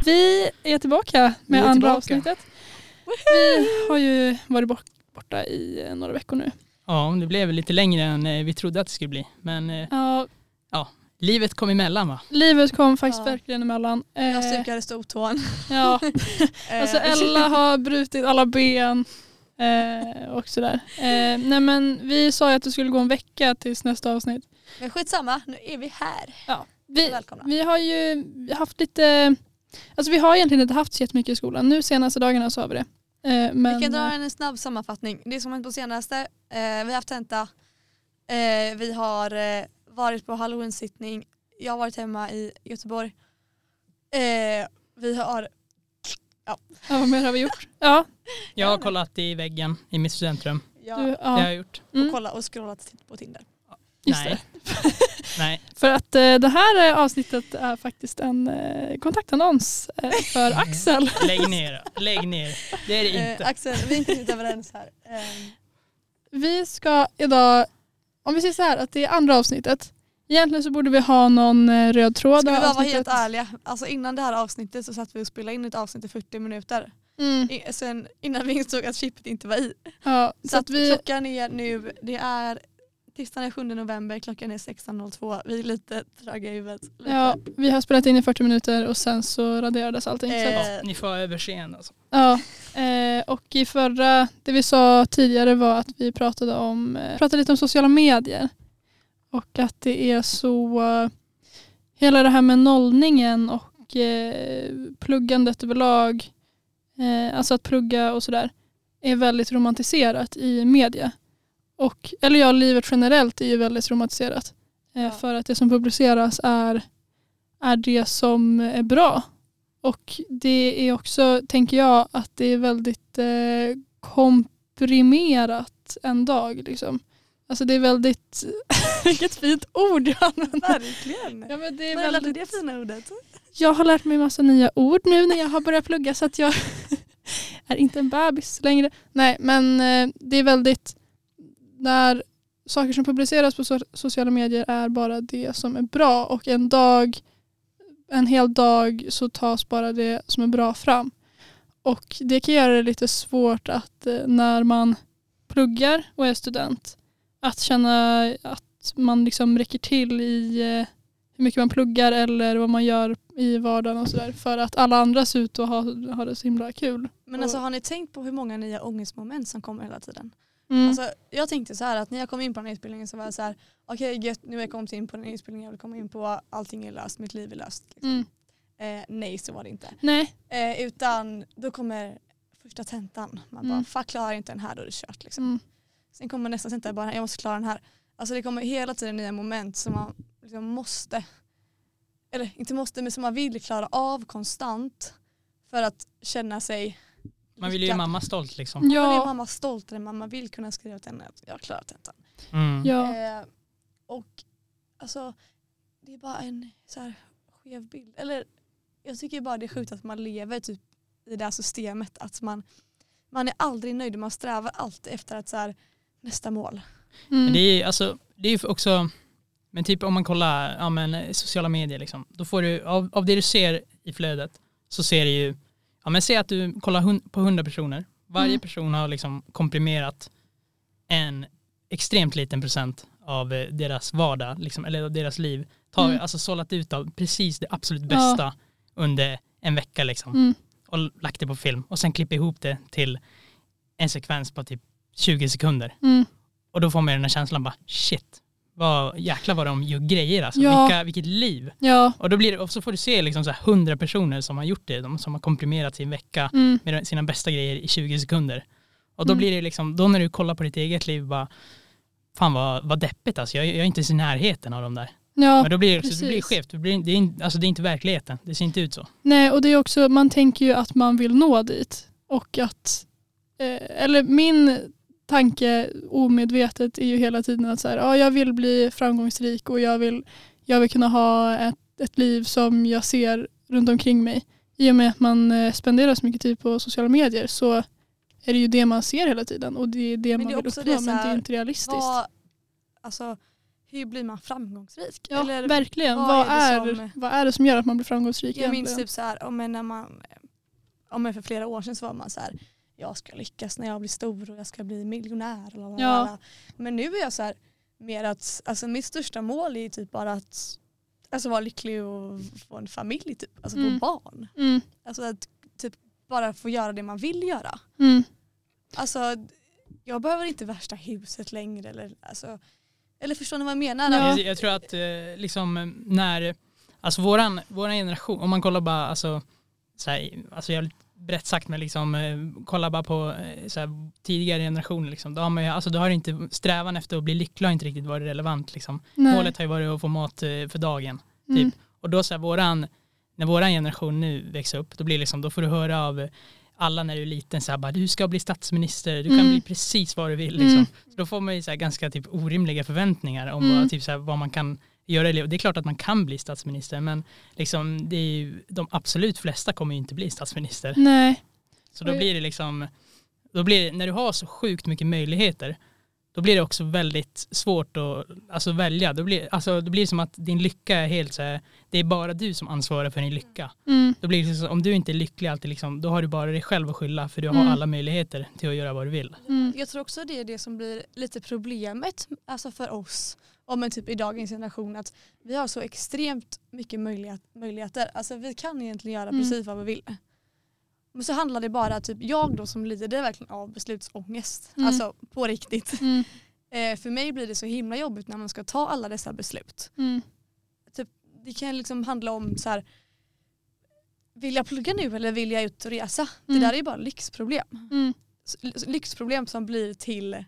Vi är tillbaka med andra avsnittet. Vi har ju varit borta i några veckor nu. Ja, det blev lite längre än vi trodde att det skulle bli. Men ja, livet kom emellan, va? Livet kom faktiskt verkligen emellan. Jag stukade stortån. Ja, alltså Ella har brutit alla ben och sådär. Nej, men vi sa ju att det skulle gå en vecka tills nästa avsnitt. Men skitsamma, nu är vi här. Ja, vi har ju haft lite... Alltså vi har egentligen inte haft så jättemycket i skolan. Nu senaste dagarna så har vi det. Men, vi kan dra en snabb sammanfattning. Det som hänt på senaste, vi har haft tenta. Vi har varit på Halloween-sittning. Jag har varit hemma i Göteborg. Vi har... Ja, vad mer har vi gjort? Ja. Jag har kollat i väggen i mitt studentrum. Ja. Det har jag gjort. Och scrollat på Tinder. Just Nej. Nej. För att det här avsnittet är faktiskt en kontaktannons för Axel. Lägg ner. Det är det inte. Axel, vi är inte riktigt överens här. Vi ska idag, om vi säger så här att det är andra avsnittet. Egentligen så borde vi ha någon röd tråd. Ska vi bara vara helt ärliga? Alltså innan det här avsnittet så satt vi och spelade in ett avsnitt i 40 minuter. Sen innan vi insåg att chippet inte var i. Ja, så att klockan är nu, det är tisdagen 7 november, klockan är 16.02. Vi är lite tröga i huvudet. Ja, vi har spelat in i 40 minuter och sen så raderades allting. Ni får överseende alltså. Ja, och i förra, det vi sa tidigare var att vi pratade lite om sociala medier. Och att det är så, hela det här med nollningen och pluggandet överlag, alltså att plugga och sådär, är väldigt romantiserat i media. Livet generellt är ju väldigt romantiserat. För att det som publiceras är det som är bra. Och det är också, tänker jag, att det är väldigt komprimerat en dag. Liksom. Alltså det är väldigt... Vilket fint ord jag använder. Verkligen. Ja, men det är väldigt... väldigt... det fina ordet? Jag har lärt mig massa nya ord nu när jag har börjat plugga så att jag är inte en bebis längre. Nej, men det är väldigt... När saker som publiceras på sociala medier är bara det som är bra och en hel dag så tas bara det som är bra fram. Och det kan göra det lite svårt att när man pluggar och är student att känna att man liksom räcker till i hur mycket man pluggar eller vad man gör i vardagen och sådär. För att alla andra ser ut och har det så himla kul. Men alltså har ni tänkt på hur många nya ångestmoment som kommer hela tiden? Alltså, jag tänkte så här att när jag kom in på den här utbildningen så var jag så här, okej, nu har jag kommit in på den här utbildningen, jag vill komma in på allting är löst, mitt liv är löst. Liksom. Nej, så var det inte. Nej. Utan då kommer första tentan. Man bara, fuck, klarar inte den här, då är det kört. Liksom. Sen kommer nästa tenta, bara, jag måste klara den här. Alltså det kommer hela tiden nya moment som man liksom måste, eller inte måste, men som man vill klara av konstant för att känna sig... Man vill ju mamma stolt liksom. Ja. Man vill ju mamma stolt när mamma vill kunna skriva till henne att jag har klarat tentan. Ja. Och alltså det är bara en så här skev bild. Eller jag tycker bara det är sjukt att man lever typ i det här systemet att man är aldrig nöjd, man strävar alltid efter att så här, nästa mål. Men det är ju också, men typ om man kollar sociala medier liksom, då får du av det du ser i flödet så ser du ju, säg att du kollar på 100 personer. Varje person har liksom komprimerat en extremt liten procent av deras vardag liksom, eller av deras liv. Alltså sållat ut av precis det absolut bästa under en vecka liksom. Och lagt det på film. Och sen klippa ihop det till en sekvens på typ 20 sekunder. Och då får man den här känslan bara, shit. Jäklar vad de gör grejer alltså. Vilket liv. Ja. Och då blir det, och så får du se liksom så här 100 personer som har gjort det. De som har komprimerat sin vecka med sina bästa grejer i 20 sekunder. Och då blir det liksom, då när du kollar på ditt eget liv bara, fan vad deppigt alltså. Jag är inte i närheten av dem där. Ja, men då blir det blir skevt. Det är inte verkligheten. Det ser inte ut så. Nej, och det är också, man tänker ju att man vill nå dit. Och att, eller min tanke omedvetet är ju hela tiden att så här, jag vill bli framgångsrik och jag vill kunna ha ett liv som jag ser runt omkring mig. I och med att man spenderar så mycket tid på sociala medier så är det ju det man ser hela tiden och det är det man vill uppnå, men det är inte realistiskt. hur blir man framgångsrik? Ja, Eller verkligen. Vad är det som gör att man blir framgångsrik? Jag minns typ så här, om för flera år sedan så var man så här, jag ska lyckas när jag blir stor och jag ska bli miljonär. Ja. Men nu är jag så här, mer att alltså, mitt största mål är typ bara att alltså, vara lycklig och få en familj, typ. Alltså få barn. Alltså att typ bara få göra det man vill göra. Alltså jag behöver inte värsta huset längre eller förstår ni vad jag menar? Ja. Jag tror att liksom när alltså våran generation, om man kollar bara alltså jag brett sagt, men liksom kolla bara på så här, tidigare generationer liksom, då har inte strävan efter att bli lycklig har inte riktigt varit relevant liksom. Målet har ju varit att få mat för dagen typ. Och då så här, när våran generation nu växer upp, då blir liksom, då får du höra av alla när du är liten så här, bara, du ska bli statsminister, du kan bli precis vad du vill liksom. Så då får man ju så här, ganska typ orimliga förväntningar om vad, typ, så här, vad man kan göra. Det är klart att man kan bli statsminister, men liksom, det är ju, de absolut flesta kommer ju inte bli statsminister. Nej. Så då blir det liksom, när du har så sjukt mycket möjligheter, då blir det också väldigt svårt att alltså, välja. Då blir det som att din lycka är helt så här, det är bara du som ansvarar för din lycka. Då blir det så, om du inte är lycklig alltid liksom, då har du bara dig själv att skylla, för du har alla möjligheter till att göra vad du vill. Jag tror också det är det som blir lite problemet alltså för oss, om typ i dagens generation, att vi har så extremt mycket möjligheter. Alltså vi kan egentligen göra precis vad vi vill. Men så handlar det bara, typ jag då som lider verkligen av beslutsångest. Alltså på riktigt. För mig blir det så himla jobbigt när man ska ta alla dessa beslut. Typ, det kan liksom handla om så här, vill jag plugga nu eller vill jag ut och resa? Det där är ju bara lyxproblem. Lyxproblem som blir till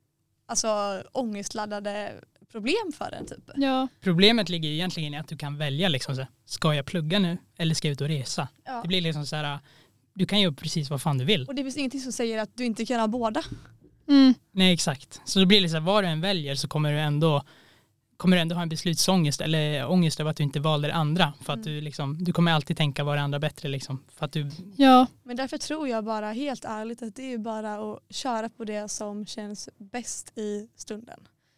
alltså ångestladdade problem för en typ. Ja. Problemet ligger ju egentligen i att du kan välja liksom så här, ska jag plugga nu eller ska jag ut och resa? Ja. Det blir liksom så här, du kan göra precis vad fan du vill. Och det finns ingenting som säger att du inte kan ha båda. Nej, exakt. Så då blir det så här, vad du än väljer så kommer du ändå ha en beslutsångest eller ångest över att du inte valde det andra. För att du kommer alltid tänka vad det andra bättre liksom. För att du... Ja. Men därför tror jag bara helt ärligt att det är bara att köra på det som känns bäst i stunden.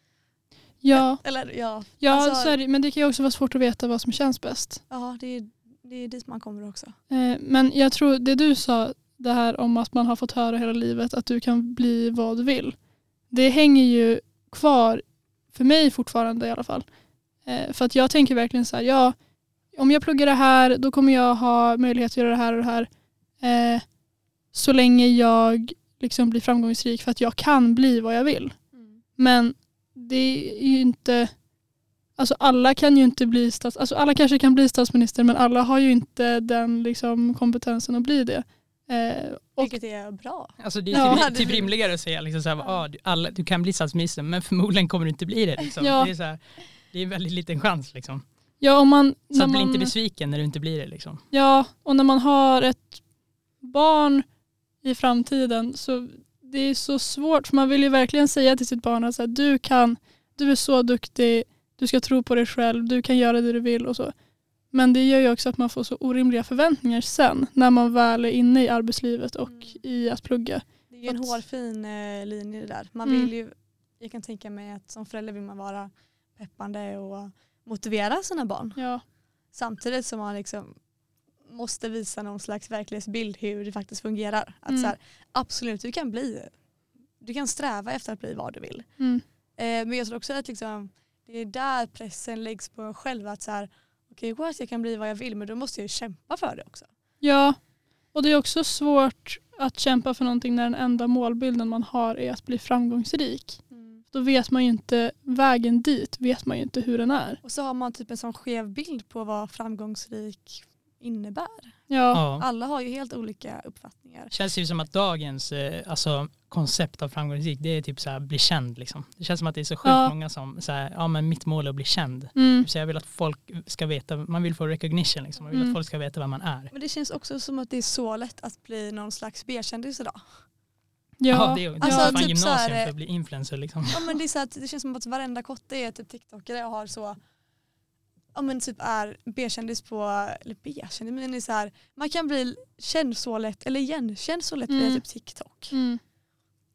Ja. Eller ja. Ja, alltså, så är det, men det kan ju också vara svårt att veta vad som känns bäst. Ja, det är dit man kommer också. Men jag tror det du sa, det här om att man har fått höra hela livet att du kan bli vad du vill. Det hänger ju kvar för mig fortfarande i alla fall. För att jag tänker verkligen så här, ja, om jag pluggar det här då kommer jag ha möjlighet att göra det här och det här. Så länge jag liksom blir framgångsrik, för att jag kan bli vad jag vill. Men det är ju inte, alltså alla kan ju inte bli alltså alla kanske kan bli statsminister, men alla har ju inte den liksom kompetensen att bli det. Vilket är bra. Alltså det är typ rimligare att säga liksom så här, du kan bli statsminister, men förmodligen kommer du inte bli det liksom. Ja. Det är så här, det är en väldigt liten chans liksom. Ja, så blir inte besviken när du inte blir det liksom. Ja, och när man har ett barn i framtiden så det är så svårt, för man vill ju verkligen säga till sitt barn att så här, du är så duktig, du ska tro på dig själv, du kan göra det du vill och så. Men det gör ju också att man får så orimliga förväntningar sen när man väl är inne i arbetslivet och i att plugga. Det är ju en hårfin linje det där. Man vill ju, jag kan tänka mig att som förälder vill man vara peppande och motivera sina barn. Ja. Samtidigt som man liksom måste visa någon slags verklighetsbild hur det faktiskt fungerar. Att så här, absolut, du kan sträva efter att bli vad du vill. Men jag tror också att liksom, det är där pressen läggs på en själv, att så här, okej, jag kan bli vad jag vill, men då måste jag kämpa för det också. Ja, och det är också svårt att kämpa för någonting när den enda målbilden man har är att bli framgångsrik. Då vet man ju inte vägen dit, vet man ju inte hur den är. Och så har man typ en sån skev bild på vad framgångsrik innebär. Ja. Alla har ju helt olika uppfattningar. Känns ju som att dagens koncept av framgångsrik, det är typ så här, bli känd liksom. Det känns som att det är så sjukt många som så här, men mitt mål är att bli känd. Så jag vill att folk ska veta, man vill få recognition liksom. Man vill att folk ska veta vad man är. Men det känns också som att det är så lätt att bli någon slags B-kändis idag. Ja, det är alltså, fan typ gymnasium här, för att bli influencer liksom. Ja, men det är så att det känns som att varenda kotte är typ TikTokare och har så, ja men typ är B-kändis på, eller B-kändis, men det är så här, man kan bli känd så lätt eller igenkänd så lätt via typ TikTok.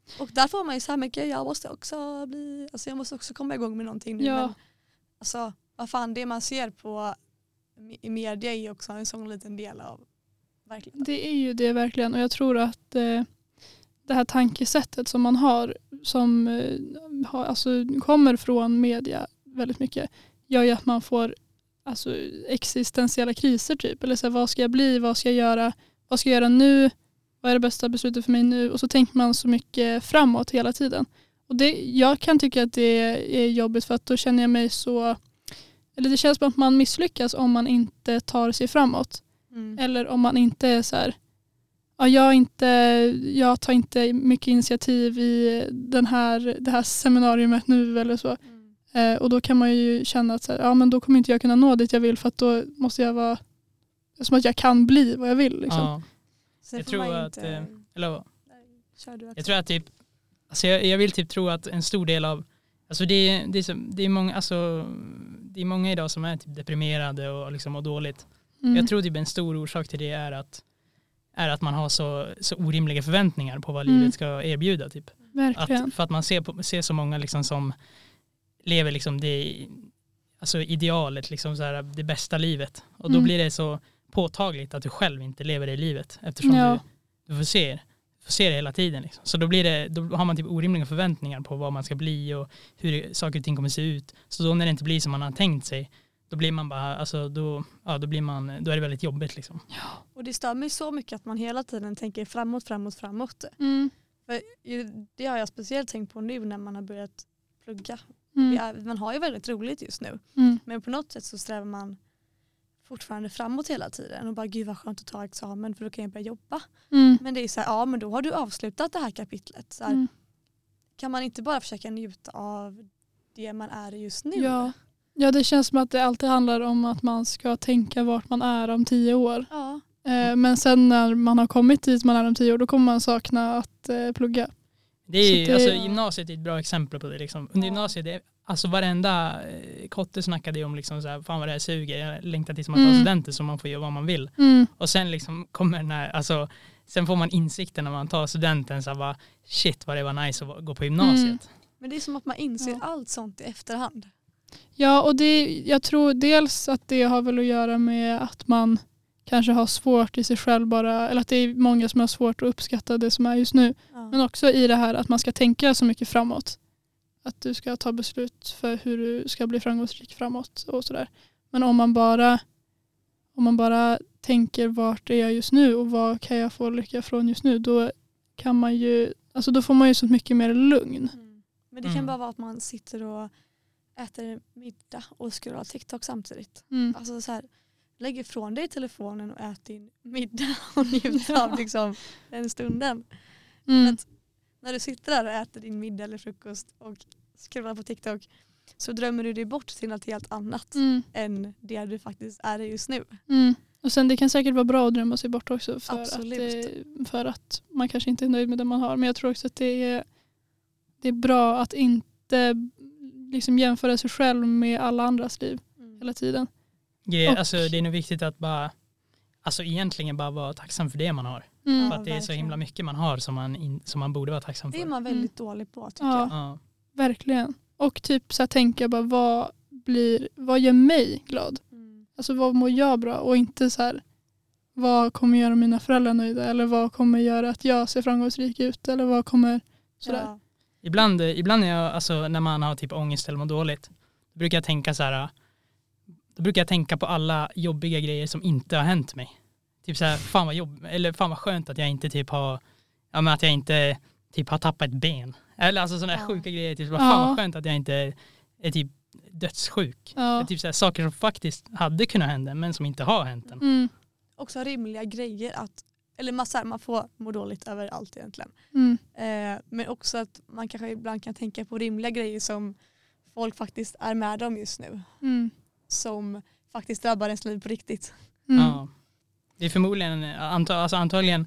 Och där får man ju så här mycket, jag måste också komma igång med någonting nu. Ja. Men, alltså, vad fan, det man ser på i media är också en sån liten del av verkligheten. Det är ju det verkligen. Och jag tror att det här tankesättet som man har, som alltså, kommer från media väldigt mycket, gör ju att man får alltså, existentiella kriser typ. Eller så här, vad ska jag bli? Vad ska jag göra? Vad ska jag göra nu? Vad är det bästa beslutet för mig nu? Och så tänker man så mycket framåt hela tiden. Och jag kan tycka att det är jobbigt, för att då känner jag mig så... Eller det känns som att man misslyckas om man inte tar sig framåt. Eller om man inte är så här... Ja, jag tar inte mycket initiativ i det här seminariumet nu eller så. Och då kan man ju känna att så här, ja, men då kommer inte jag kunna nå dit jag vill, för att då måste jag vara som att jag kan bli vad jag vill. Liksom. Ja. Sen Jag får tror man att... inte... Eller, Kör du jag tror att typ... Alltså jag vill typ tro att en stor del av... Alltså det är många, alltså, det är många idag som är typ deprimerade och liksom mår dåligt. Jag tror typ en stor orsak till det är att man har så orimliga förväntningar på vad livet ska erbjuda. Typ. Verkligen. För att man ser så många liksom som lever liksom det, alltså idealet, liksom så här, det bästa livet. Och då blir det så påtagligt att du själv inte lever det livet, eftersom du får se det hela tiden. Liksom. Så då har man typ orimliga förväntningar på vad man ska bli och hur saker och ting kommer se ut. Så då när det inte blir som man har tänkt sig, då blir man bara, alltså då är det väldigt jobbigt liksom. Ja. Och det stör mig så mycket att man hela tiden tänker framåt. För det har jag speciellt tänkt på nu när man har börjat plugga. Man har ju väldigt roligt just nu. Men på något sätt så strävar man fortfarande framåt hela tiden och bara, gud vad skönt att ta examen för då kan jag börja jobba. Men det är så här, ja men då har du avslutat det här kapitlet. Så här, kan man inte bara försöka njuta av det man är just nu? Ja, det känns som att det alltid handlar om att man ska tänka vart man är om 10 år. Ja. Men sen när man har kommit dit man är om 10 år, då kommer man sakna att plugga. Det är alltså, gymnasiet är ett bra exempel på det. Liksom. Under gymnasiet, alltså varenda kotte snackade om liksom så här, fan vad det här suger, jag längtar tills man tar studenter så man får göra vad man vill. Och sen liksom kommer den här, alltså, sen får man insikten när man tar studenten så här, bara, shit vad det var nice att gå på gymnasiet. Men det är som att man inser allt sånt i efterhand. Ja, och jag tror dels att det har väl att göra med att man kanske har svårt i sig själv bara, eller att det är många som har svårt att uppskatta det som är just nu. Men också i det här att man ska tänka så mycket framåt. Att du ska ta beslut för hur du ska bli framgångsrik framåt och sådär. Men om man bara tänker vart är jag just nu och vad kan jag få lycka från just nu, då kan man ju, alltså då får man ju så mycket mer lugn. Men det kan bara vara att man sitter och äter middag och scrollar TikTok samtidigt. Alltså så här, lägg ifrån dig telefonen och ät din middag och njut av liksom, den stunden. Att när du sitter där och äter din middag eller frukost och scrollar på TikTok så drömmer du dig bort till något helt annat än det du faktiskt är just nu. Och sen det kan säkert vara bra att drömma sig bort också för att man kanske inte är nöjd med det man har. Men jag tror också att det är bra att inte liksom jämföra sig själv med alla andras liv hela tiden. Alltså, det är nog viktigt att bara, alltså egentligen bara vara tacksam för det man har. För att det är så himla mycket man har som man borde vara tacksam för. Det är man väldigt dålig på, tycker jag. Ja, verkligen. Och typ så här tänka bara, vad gör mig glad? Alltså vad mår jag bra? Och inte så här, vad kommer göra mina föräldrar nöjda? Eller vad kommer göra att jag ser framgångsrik ut? Eller vad kommer sådär? Ja. Ibland är jag, alltså, när man har typ ångest eller mår dåligt, då brukar jag tänka så här. Då brukar jag tänka på alla jobbiga grejer som inte har hänt mig. Typ så här, fan vad skönt att jag inte typ har, ja men att jag inte typ har tappat ett ben. Eller alltså sådana här sjuka grejer, typ fan vad skönt att jag inte är typ dödssjuk. Typ så här, saker som faktiskt hade kunnat hända men som inte har hänt än. Också rimliga grejer man får må dåligt över allt egentligen. Men också att man kanske ibland kan tänka på rimliga grejer som folk faktiskt är med om just nu. Som faktiskt drabbar ens liv på riktigt. Ja. Det är förmodligen antagligen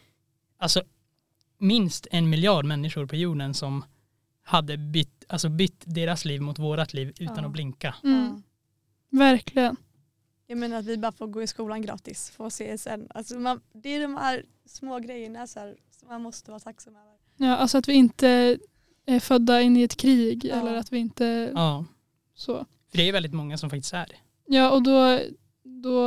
minst 1 miljard människor på jorden som hade bytt deras liv mot vårat liv utan att blinka. Verkligen. Jag menar att vi bara får gå i skolan gratis, få CSN. Alltså det är de här små grejerna så här, som man måste vara tacksam över. Ja, alltså att vi inte är födda in i ett krig eller att vi inte så. För det är väldigt många som faktiskt är det. Ja, och då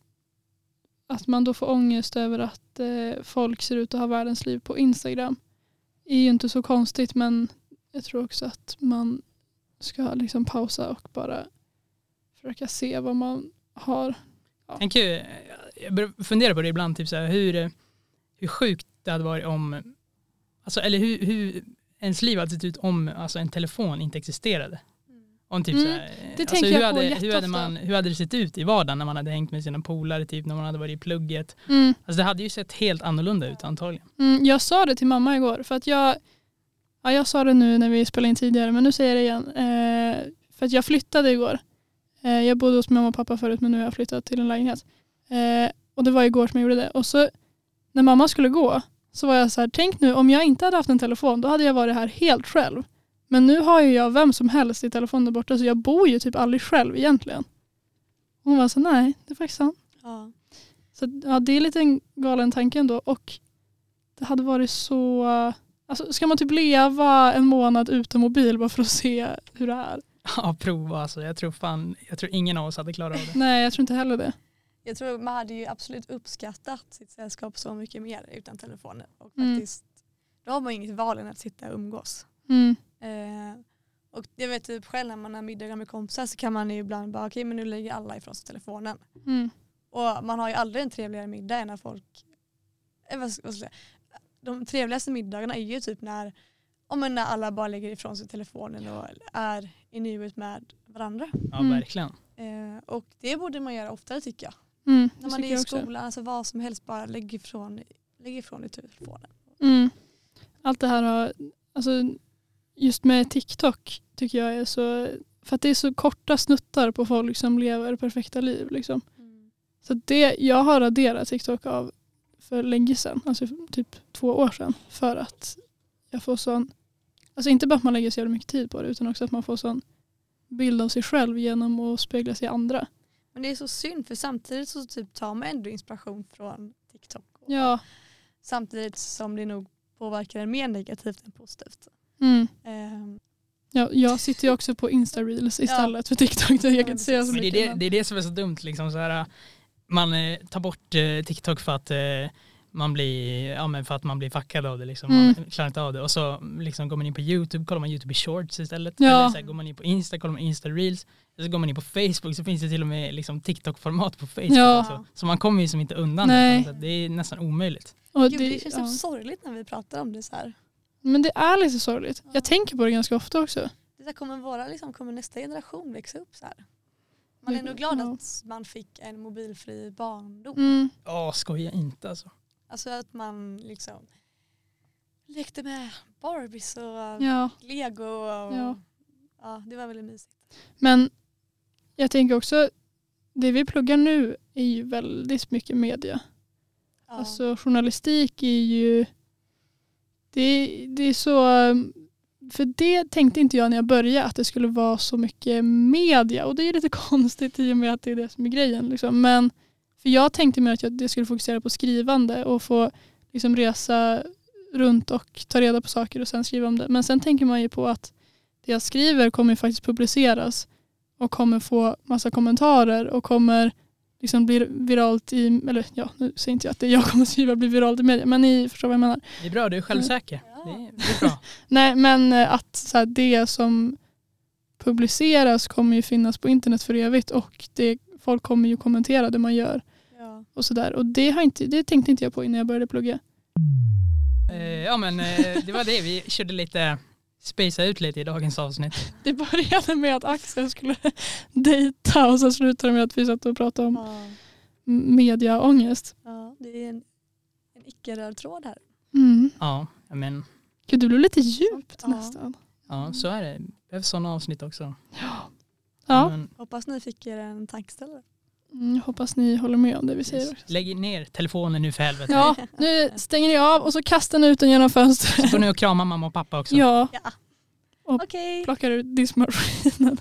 att man då får ångest över att folk ser ut att ha världens liv på Instagram är ju inte så konstigt, men jag tror också att man ska liksom pausa och bara försöka se vad man har. Ja. Jag funderar på det ibland, typ så här, hur sjukt det hade varit om, alltså, eller hur ens liv hade sett ut om alltså, en telefon inte existerade. Om typ så här, det alltså, hur hade det sett ut i vardagen när man hade hängt med sina polare, typ när man hade varit i plugget. Alltså det hade ju sett helt annorlunda ut antagligen. Jag sa det till mamma igår, för att jag sa det nu när vi spelade in tidigare, men nu säger jag det igen. För att jag flyttade igår. Jag bodde hos mamma och pappa förut, men nu har jag flyttat till en lägenhet. Och det var igår som jag gjorde det. Och så när mamma skulle gå så var jag så här, tänk nu om jag inte hade haft en telefon, då hade jag varit här helt själv. Men nu har ju jag vem som helst i telefonen där borta, så jag bor ju typ aldrig själv egentligen. Och hon var så, nej, det är faktiskt sant. Ja. Så ja, det är lite en galen tanke ändå. Och det hade varit så... Alltså, ska man typ leva en månad utan mobil bara för att se hur det är? Ja, prova alltså. Jag tror ingen av oss hade klarat av det. Nej, jag tror inte heller det. Jag tror man hade ju absolut uppskattat sitt sällskap så mycket mer utan telefonen. Och faktiskt, då har man inget val än att sitta och umgås. Och jag vet typ själv när man har middagar med kompisar så kan man ju ibland bara okej, men nu lägger alla ifrån sig telefonen. Och man har ju aldrig en trevligare middag än när folk... vad ska jag säga? De trevligaste middagarna är ju typ när alla bara lägger ifrån sig telefonen och är i nuet med varandra. Ja, verkligen. Och det borde man göra oftare, tycker jag. När man är i skolan, alltså vad som helst, bara lägg ifrån i telefonen. Allt det här har, alltså just med TikTok tycker jag är så, för att det är så korta snuttar på folk som lever perfekta liv liksom. Så jag har raderat TikTok av för länge sedan, alltså typ 2 år sedan, för att jag får sån, alltså inte bara att man lägger så jävla mycket tid på det, utan också att man får sån bild av sig själv genom att spegla sig i andra. Men det är så synd, för samtidigt så typ tar man ändå inspiration från TikTok. Ja. Samtidigt som det nog påverkar en mer negativt än positivt. Ja, jag sitter ju också på Insta-reels istället för TikTok. Jag kan säga så mycket. Men det är det som är så dumt. Liksom, så här, man tar bort TikTok för att man blir fuckad av det. Liksom. Man klarar inte av det. Och så liksom, går man in på YouTube, kollar man YouTube i shorts istället. Ja. Eller så här, går man in på Insta, kollar man Insta-reels. Och så går man in på Facebook, så finns det till och med liksom, TikTok-format på Facebook. Ja. Alltså. Så man kommer ju som inte undan det. Så det är nästan omöjligt. Och det känns så sorgligt när vi pratar om det så här. Men det är lite sorgligt. Jag tänker på det ganska ofta också. Det kommer nästa generation växa upp så här. Man är nog glad att man fick en mobilfri barndom. Skoja inte alltså. Alltså att man liksom lekte med Barbies och Lego. Och, det var väldigt mysigt. Men jag tänker också, det vi pluggar nu är ju väldigt mycket media. Ja. Alltså journalistik är ju... Det är så... För det tänkte inte jag när jag började, att det skulle vara så mycket media. Och det är lite konstigt i och med att det är det som är grejen. Liksom. Men för jag tänkte mer att jag skulle fokusera på skrivande och få liksom resa runt och ta reda på saker och sen skriva om det. Men sen tänker man ju på att det jag skriver kommer faktiskt publiceras och kommer få massa kommentarer och kommer liksom bli viralt i, eller nu säger inte jag att det jag kommer skriva blir viralt i media, men ni förstår vad jag menar. Det är bra, du är självsäker. Det är bra. Nej, men att så här, det som publiceras kommer ju finnas på internet för evigt och folk kommer ju kommentera det man gör. Ja. Och sådär. Och det tänkte inte jag på innan jag började plugga. Det var det. Vi körde lite, spacea ut lite i dagens avsnitt. Det började med att Axel skulle dejta och så slutade med att vi satt och pratade om mediaångest. Ja, det är en icke-röd tråd här. Ja, men... Gud, det blev lite djupt nästan. Ja, så är det. Det behövs sådana avsnitt också. Ja. Men... Hoppas ni fick er en tankställare. Hoppas ni håller med om det vi säger. Lägg ner telefonen nu för helvete. Ja, nu stänger ni av och så kastar ni ut den genom fönstret. Så går ni och kramar mamma och pappa också. Ja. Och plockar ut diskmaskinen.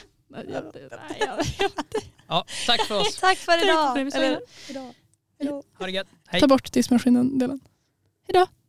Ja, tack för oss. Tack för idag. Ha det gött. Hej. Ta bort diskmaskinen-delen. Hejdå.